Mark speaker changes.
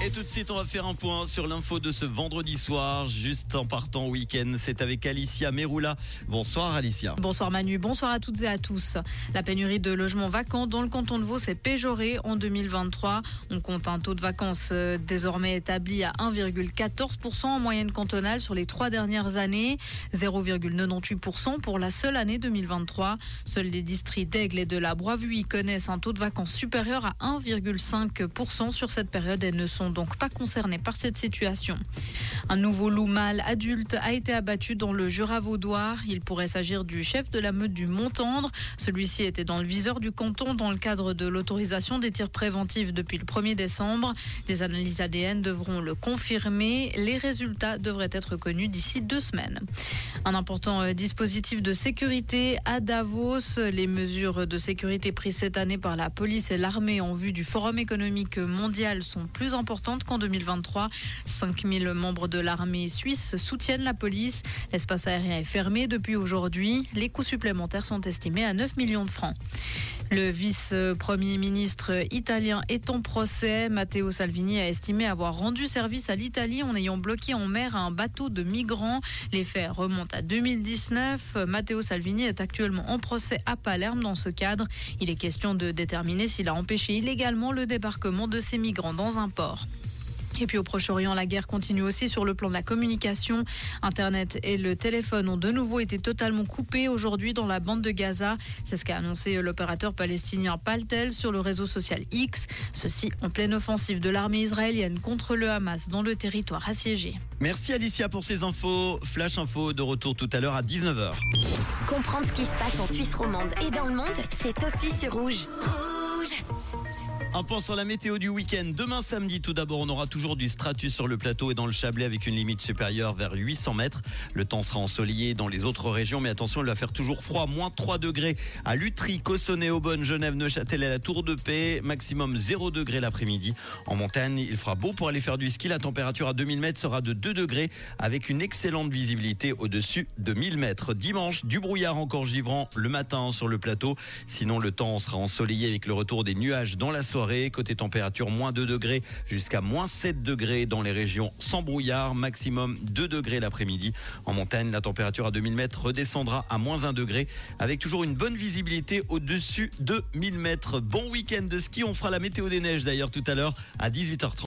Speaker 1: Et tout de suite, on va faire un point sur l'info de ce vendredi soir, juste en partant au week-end. C'est avec Alicia Meroula. Bonsoir Alicia.
Speaker 2: Bonsoir Manu, bonsoir à toutes et à tous. La pénurie de logements vacants dans le canton de Vaud s'est péjorée en 2023. On compte un taux de vacances désormais établi à 1,14% en moyenne cantonale sur les 3 dernières années, 0,98% pour la seule année 2023. Seuls les districts d'Aigle et de la Broye connaissent un taux de vacances supérieur à 1,5% sur cette période et ne sont donc pas concernés par cette situation. Un nouveau loup mâle adulte a été abattu dans le Jura vaudois. Il pourrait s'agir du chef de la meute du Mont-Tendre. Celui-ci était dans le viseur du canton dans le cadre de l'autorisation des tirs préventifs depuis le 1er décembre. Des analyses ADN devront le confirmer. Les résultats devraient être connus d'ici 2 semaines. Un important dispositif de sécurité à Davos. Les mesures de sécurité prises cette année par la police et l'armée en vue du Forum économique mondial sont plus importantes qu'en 2023. 5000 membres de l'armée suisse soutiennent la police. L'espace aérien est fermé depuis aujourd'hui. Les coûts supplémentaires sont estimés à 9 millions de francs. Le vice-premier ministre italien est en procès. Matteo Salvini a estimé avoir rendu service à l'Italie en ayant bloqué en mer un bateau de migrants. Les faits remontent à 2019. Matteo Salvini est actuellement en procès à Palerme dans ce cadre. Il est question de déterminer s'il a empêché illégalement le débarquement de ces migrants dans un port. Et puis au Proche-Orient, la guerre continue aussi sur le plan de la communication. Internet et le téléphone ont de nouveau été totalement coupés aujourd'hui dans la bande de Gaza. C'est ce qu'a annoncé l'opérateur palestinien Paltel sur le réseau social X. Ceci en pleine offensive de l'armée israélienne contre le Hamas dans le territoire assiégé.
Speaker 1: Merci Alicia pour ces infos. Flash Info de retour tout à l'heure à 19h.
Speaker 3: Comprendre ce qui se passe en Suisse romande et dans le monde, c'est aussi sur Rouge.
Speaker 1: Un point sur la météo du week-end. Demain samedi, tout d'abord, on aura toujours du stratus sur le plateau et dans le Chablais avec une limite supérieure vers 800 mètres. Le temps sera ensoleillé dans les autres régions, mais attention, il va faire toujours froid. Moins 3 degrés à Lutry, Cossonay, Aubonne, Genève, Neuchâtel et la Tour de Paix. Maximum 0 degrés l'après-midi. En montagne, il fera beau pour aller faire du ski. La température à 2000 mètres sera de 2 degrés avec une excellente visibilité au-dessus de 1000 mètres. Dimanche, du brouillard encore givrant le matin sur le plateau. Sinon, le temps sera ensoleillé avec le retour des nuages dans la soirée. Côté température, moins 2 degrés jusqu'à moins 7 degrés dans les régions sans brouillard. Maximum 2 degrés l'après-midi. En montagne, la température à 2000 mètres redescendra à moins 1 degré avec toujours une bonne visibilité au-dessus de 1000 mètres. Bon week-end de ski. On fera la météo des neiges d'ailleurs tout à l'heure à 18h30.